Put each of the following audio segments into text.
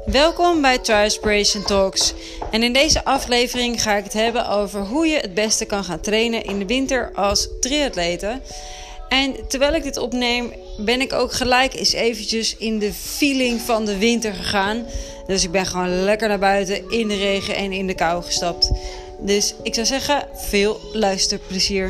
Welkom bij Tri-Inspiration Talks. En in deze aflevering ga ik het hebben over hoe je het beste kan gaan trainen in de winter als triatlete. En terwijl ik dit opneem, ben ik ook gelijk eens eventjes in de feeling van de winter gegaan. Dus ik ben gewoon lekker naar buiten in de regen en in de kou gestapt. Dus ik zou zeggen, veel luisterplezier.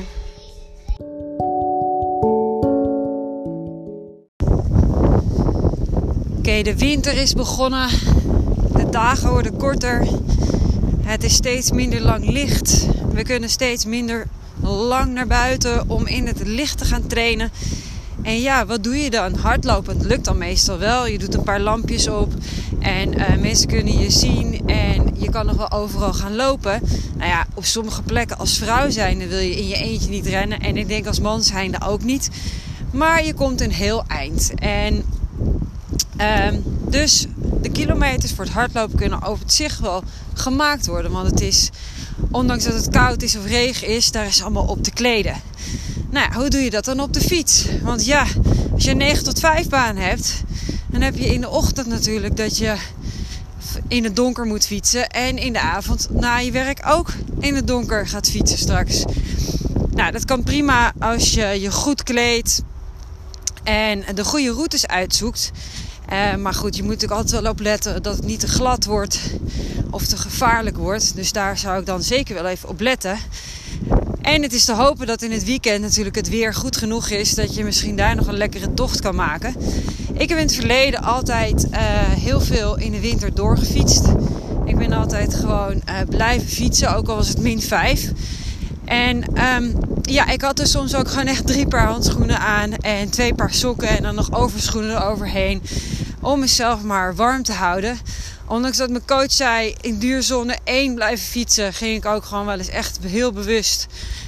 Oké, de winter is begonnen. De dagen worden korter. Het is steeds minder lang licht. We kunnen steeds minder lang naar buiten om in het licht te gaan trainen. En ja, wat doe je dan? Hardlopen, het lukt dan meestal wel. Je doet een paar lampjes op en mensen kunnen je zien en je kan nog wel overal gaan lopen. Nou ja, op sommige plekken als vrouw zijnde wil je in je eentje niet rennen. En ik denk als man zijnde ook niet. Maar je komt een heel eind. En dus de kilometers voor het hardlopen kunnen over zich wel gemaakt worden. Want het is, ondanks dat het koud is of regen is, daar is allemaal op te kleden. Nou ja, hoe doe je dat dan op de fiets? Want ja, als je een 9 tot 5 baan hebt, dan heb je in de ochtend natuurlijk dat je in het donker moet fietsen. En in de avond na je werk ook in het donker gaat fietsen straks. Nou, dat kan prima als je je goed kleedt en de goede routes uitzoekt. Maar goed, je moet natuurlijk altijd wel op letten dat het niet te glad wordt of te gevaarlijk wordt. Dus daar zou ik dan zeker wel even op letten. En het is te hopen dat in het weekend natuurlijk het weer goed genoeg is dat je misschien daar nog een lekkere tocht kan maken. Ik heb in het verleden altijd heel veel in de winter doorgefietst. Ik ben altijd gewoon blijven fietsen, ook al was het -5. En ja, ik had er soms ook gewoon echt 3 paar handschoenen aan en 2 paar sokken en dan nog overschoenen eroverheen. Om mezelf maar warm te houden. Ondanks dat mijn coach zei in duurzone 1 blijven fietsen, ging ik ook gewoon wel eens echt heel bewust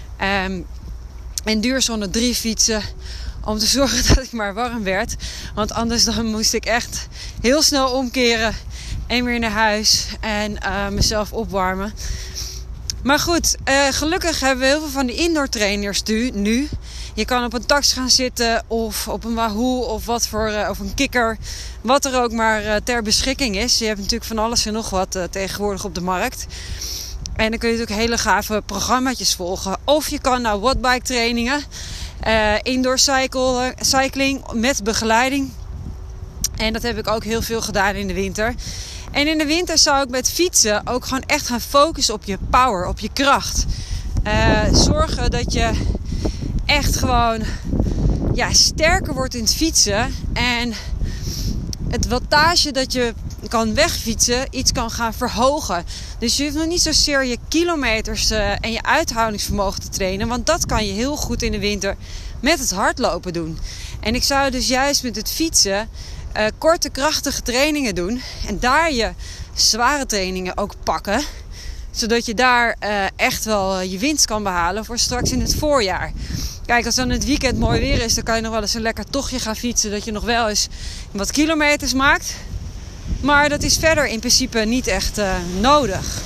in duurzone 3 fietsen. Om te zorgen dat ik maar warm werd. Want anders dan moest ik echt heel snel omkeren en weer naar huis en mezelf opwarmen. Maar goed, gelukkig hebben we heel veel van die indoor trainers nu. Je kan op een tax gaan zitten of op een Wahoo of of een kikker. Wat er ook maar ter beschikking is. Je hebt natuurlijk van alles en nog wat tegenwoordig op de markt. En dan kun je natuurlijk hele gave programma's volgen. Of je kan nou wattbike trainingen. Indoor cycling met begeleiding. En dat heb ik ook heel veel gedaan in de winter. En in de winter zou ik met fietsen ook gewoon echt gaan focussen op je power, op je kracht. Zorgen dat je echt gewoon sterker wordt in het fietsen. En het wattage dat je kan wegfietsen iets kan gaan verhogen. Dus je hoeft nog niet zozeer je kilometers en je uithoudingsvermogen te trainen. Want dat kan je heel goed in de winter met het hardlopen doen. En ik zou dus juist met het fietsen korte, krachtige trainingen doen. En daar je zware trainingen ook pakken. Zodat je daar echt wel je winst kan behalen voor straks in het voorjaar. Kijk, als dan het weekend mooi weer is, dan kan je nog wel eens een lekker tochtje gaan fietsen. Dat je nog wel eens wat kilometers maakt. Maar dat is verder in principe niet echt nodig.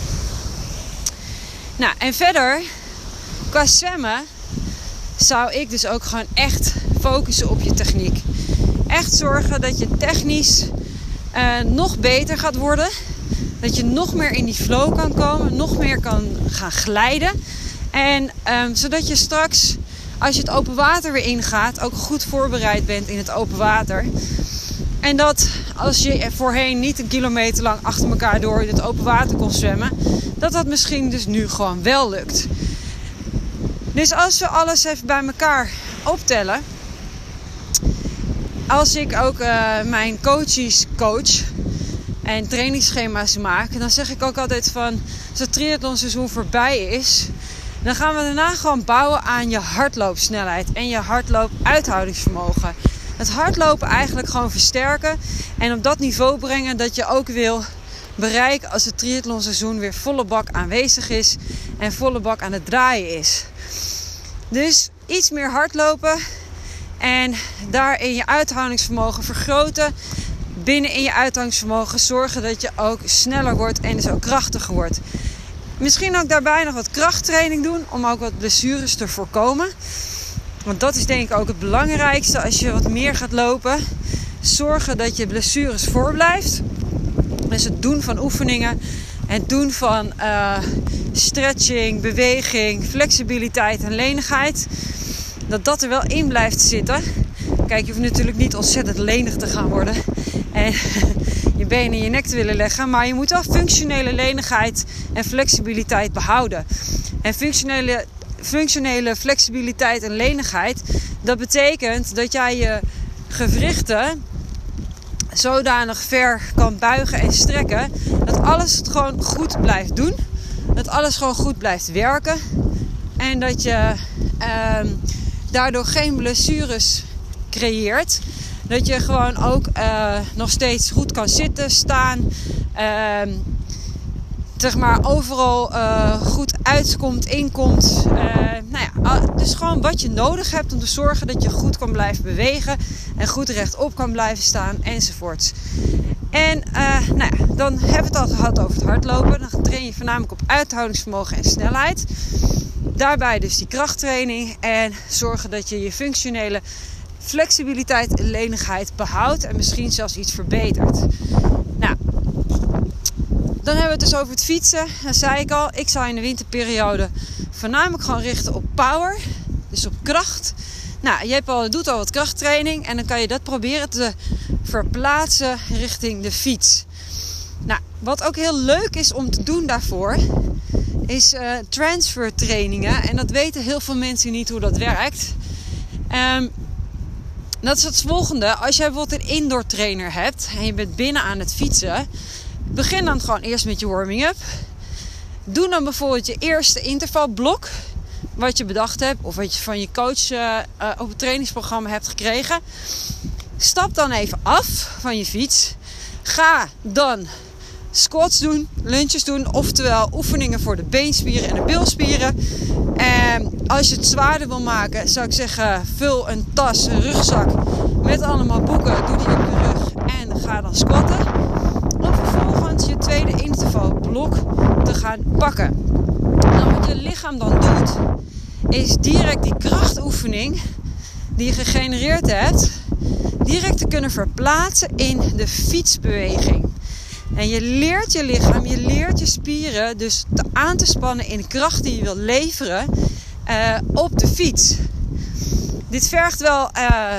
Nou, en verder, qua zwemmen, zou ik dus ook gewoon echt focussen op je techniek. Echt zorgen dat je technisch nog beter gaat worden. Dat je nog meer in die flow kan komen. Nog meer kan gaan glijden. En zodat je straks, als je het open water weer ingaat, ook goed voorbereid bent in het open water. En dat als je voorheen niet 1 kilometer lang achter elkaar door in het open water kon zwemmen, dat misschien dus nu gewoon wel lukt. Dus als we alles even bij elkaar optellen. Als ik ook mijn coaches coach en trainingsschema's maak, dan zeg ik ook altijd van, als het triathlonseizoen voorbij is, dan gaan we daarna gewoon bouwen aan je hardloopsnelheid en je hardloopuithoudingsvermogen. Het hardlopen eigenlijk gewoon versterken en op dat niveau brengen dat je ook wil bereiken als het triathlonseizoen weer volle bak aanwezig is en volle bak aan het draaien is. Dus iets meer hardlopen en daarin je uithoudingsvermogen vergroten. Binnen in je uithoudingsvermogen zorgen dat je ook sneller wordt en dus ook krachtiger wordt. Misschien ook daarbij nog wat krachttraining doen om ook wat blessures te voorkomen. Want dat is denk ik ook het belangrijkste als je wat meer gaat lopen. Zorgen dat je blessures voorblijft. Dus het doen van oefeningen en doen van stretching, beweging, flexibiliteit en lenigheid, dat er wel in blijft zitten. Kijk, je hoeft natuurlijk niet ontzettend lenig te gaan worden en je benen in je nek te willen leggen, maar je moet wel functionele lenigheid en flexibiliteit behouden. En functionele flexibiliteit en lenigheid, dat betekent dat jij je gewrichten zodanig ver kan buigen en strekken dat alles het gewoon goed blijft doen, dat alles gewoon goed blijft werken en dat je daardoor geen blessures creëert. Dat je gewoon ook nog steeds goed kan zitten, staan, zeg maar overal goed uitkomt, inkomt. Dus gewoon wat je nodig hebt om te zorgen dat je goed kan blijven bewegen en goed rechtop kan blijven staan enzovoorts. En dan hebben we het al gehad over het hardlopen. Dan train je voornamelijk op uithoudingsvermogen en snelheid. Daarbij dus die krachttraining en zorgen dat je je functionele flexibiliteit en lenigheid behoudt en misschien zelfs iets verbetert. Nou, dan hebben we het dus over het fietsen. Dat zei ik al, ik zou in de winterperiode voornamelijk gewoon richten op power, dus op kracht. Nou, je doet al wat krachttraining en dan kan je dat proberen te verplaatsen richting de fiets. Nou, wat ook heel leuk is om te doen daarvoor, is transfertrainingen. En dat weten heel veel mensen niet hoe dat werkt. Dat is het volgende. Als jij bijvoorbeeld een indoor trainer hebt en je bent binnen aan het fietsen, begin dan gewoon eerst met je warming-up. Doe dan bijvoorbeeld je eerste intervalblok, wat je bedacht hebt of wat je van je coach op het trainingsprogramma hebt gekregen. Stap dan even af van je fiets. Ga dan squats doen, lunges doen, oftewel oefeningen voor de beenspieren en de bilspieren. Als je het zwaarder wil maken, zou ik zeggen, vul een tas, een rugzak met allemaal boeken. Doe die op je rug en ga dan squatten. Om vervolgens je tweede intervalblok te gaan pakken. Nou, wat je lichaam dan doet, is direct die krachtoefening die je gegenereerd hebt, direct te kunnen verplaatsen in de fietsbeweging. En je leert je lichaam, je leert je spieren dus aan te spannen in de kracht die je wilt leveren op de fiets. Dit vergt wel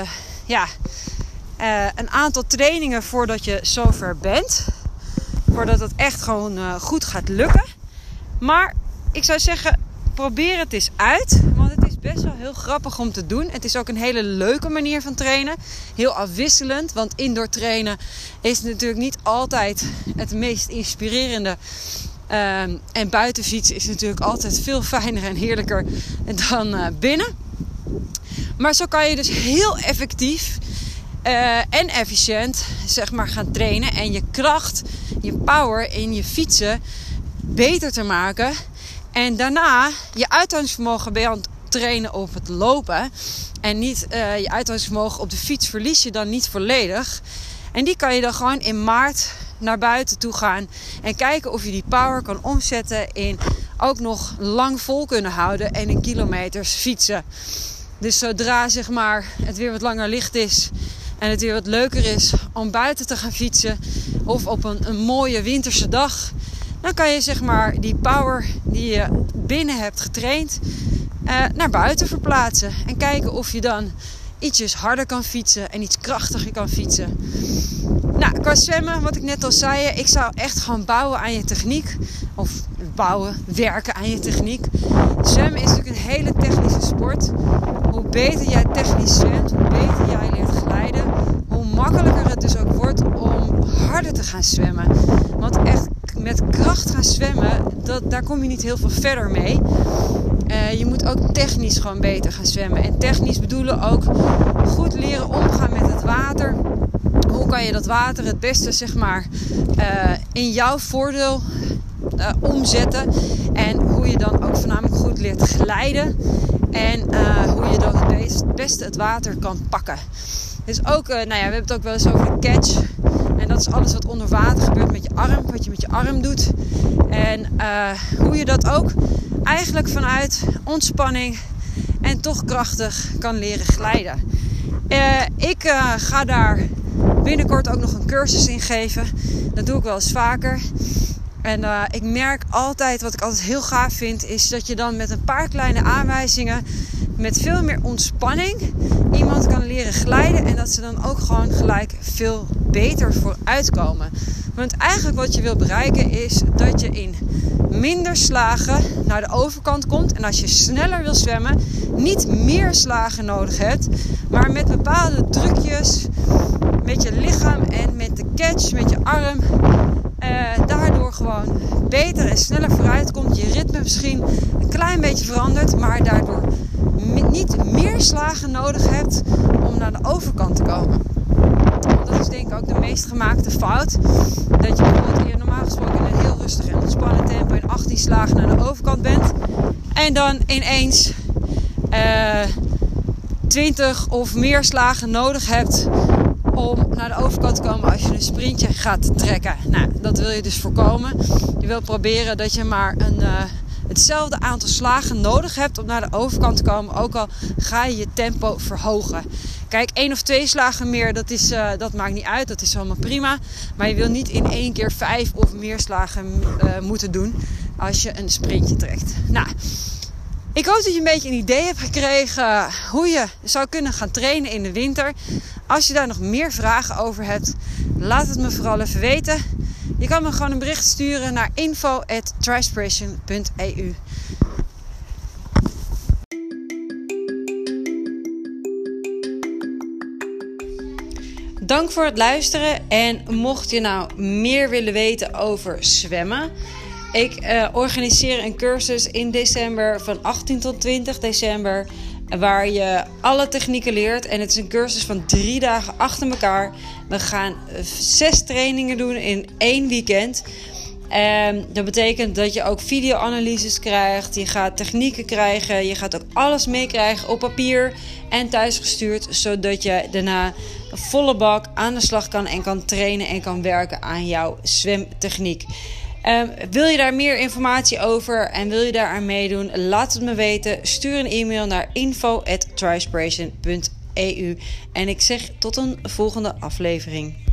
een aantal trainingen voordat je zover bent. Voordat het echt gewoon goed gaat lukken. Maar ik zou zeggen, probeer het eens uit. Want het is best wel heel grappig om te doen. Het is ook een hele leuke manier van trainen. Heel afwisselend. Want indoor trainen is natuurlijk niet altijd het meest inspirerende. En buitenfietsen is natuurlijk altijd veel fijner en heerlijker dan binnen. Maar zo kan je dus heel effectief en efficiënt zeg maar gaan trainen. En je kracht, je power in je fietsen beter te maken. En daarna je uithoudingsvermogen ben je aan het trainen op het lopen. En niet je uithoudingsvermogen op de fiets verlies je dan niet volledig. En die kan je dan gewoon in maart naar buiten toe gaan. En kijken of je die power kan omzetten in ook nog lang vol kunnen houden. En in kilometers fietsen. Dus zodra zeg maar, het weer wat langer licht is. En het weer wat leuker is om buiten te gaan fietsen. Of op een mooie winterse dag. Dan kan je zeg maar die power die je binnen hebt getraind naar buiten verplaatsen. En kijken of je dan ietsjes harder kan fietsen en iets krachtiger kan fietsen. Nou, qua zwemmen, wat ik net al zei, ik zou echt gewoon bouwen aan je techniek. Of werken aan je techniek. Zwemmen is natuurlijk een hele technische sport. Hoe beter jij technisch zwemt, hoe beter jij leert glijden, hoe makkelijker het dus ook wordt om harder te gaan zwemmen. Want echt met kracht gaan zwemmen, daar kom je niet heel veel verder mee. Je moet ook technisch gewoon beter gaan zwemmen. En technisch bedoelen ook goed leren omgaan met het water. Hoe kan je dat water het beste zeg maar in jouw voordeel omzetten. En hoe je dan ook voornamelijk goed leert glijden. En hoe je dan het beste het water kan pakken. Dus ook, we hebben het ook wel eens over de catch. En dat is alles wat onder water gebeurt met je arm. Wat je met je arm doet. En hoe je dat ook eigenlijk vanuit ontspanning en toch krachtig kan leren glijden. Ik ga daar binnenkort ook nog een cursus ingeven. Dat doe ik wel eens vaker. En ik merk altijd, wat ik altijd heel gaaf vind, is dat je dan met een paar kleine aanwijzingen, met veel meer ontspanning, iemand kan leren glijden. En dat ze dan ook gewoon gelijk veel beter vooruitkomen. Want eigenlijk wat je wil bereiken is dat je in minder slagen naar de overkant komt. En als je sneller wil zwemmen, niet meer slagen nodig hebt. Maar met bepaalde drukjes, met je lichaam en met de catch, met je arm. Daardoor gewoon beter en sneller vooruit komt. Je ritme misschien een klein beetje verandert. Maar daardoor niet meer slagen nodig hebt om naar de overkant te komen. Want dat is denk ik ook de meest gemaakte fout. Dat je bijvoorbeeld hier normaal gesproken in een heel rustig en ontspannen tempo in 18 slagen naar de overkant bent. En dan ineens 20 of meer slagen nodig hebt om naar de overkant te komen als je een sprintje gaat trekken. Nou, dat wil je dus voorkomen. Je wil proberen dat je maar hetzelfde aantal slagen nodig hebt om naar de overkant te komen. Ook al ga je je tempo verhogen. Kijk, 1 of 2 slagen meer, dat maakt niet uit. Dat is allemaal prima. Maar je wil niet in 1 keer 5 of meer slagen moeten doen als je een sprintje trekt. Nou, ik hoop dat je een beetje een idee hebt gekregen hoe je zou kunnen gaan trainen in de winter. Als je daar nog meer vragen over hebt, laat het me vooral even weten. Je kan me gewoon een bericht sturen naar info@trispiration.eu. Dank voor het luisteren. En mocht je nou meer willen weten over zwemmen, ik organiseer een cursus in december van 18 tot 20 december. Waar je alle technieken leert. En het is een cursus van 3 dagen achter elkaar. We gaan 6 trainingen doen in 1 weekend. Dat betekent dat je ook video-analyses krijgt. Je gaat technieken krijgen. Je gaat ook alles meekrijgen op papier en thuisgestuurd. Zodat je daarna volle bak aan de slag kan en kan trainen en kan werken aan jouw zwemtechniek. Wil je daar meer informatie over en wil je daar aan meedoen? Laat het me weten. Stuur een e-mail naar info@trispiration.eu. En ik zeg tot een volgende aflevering.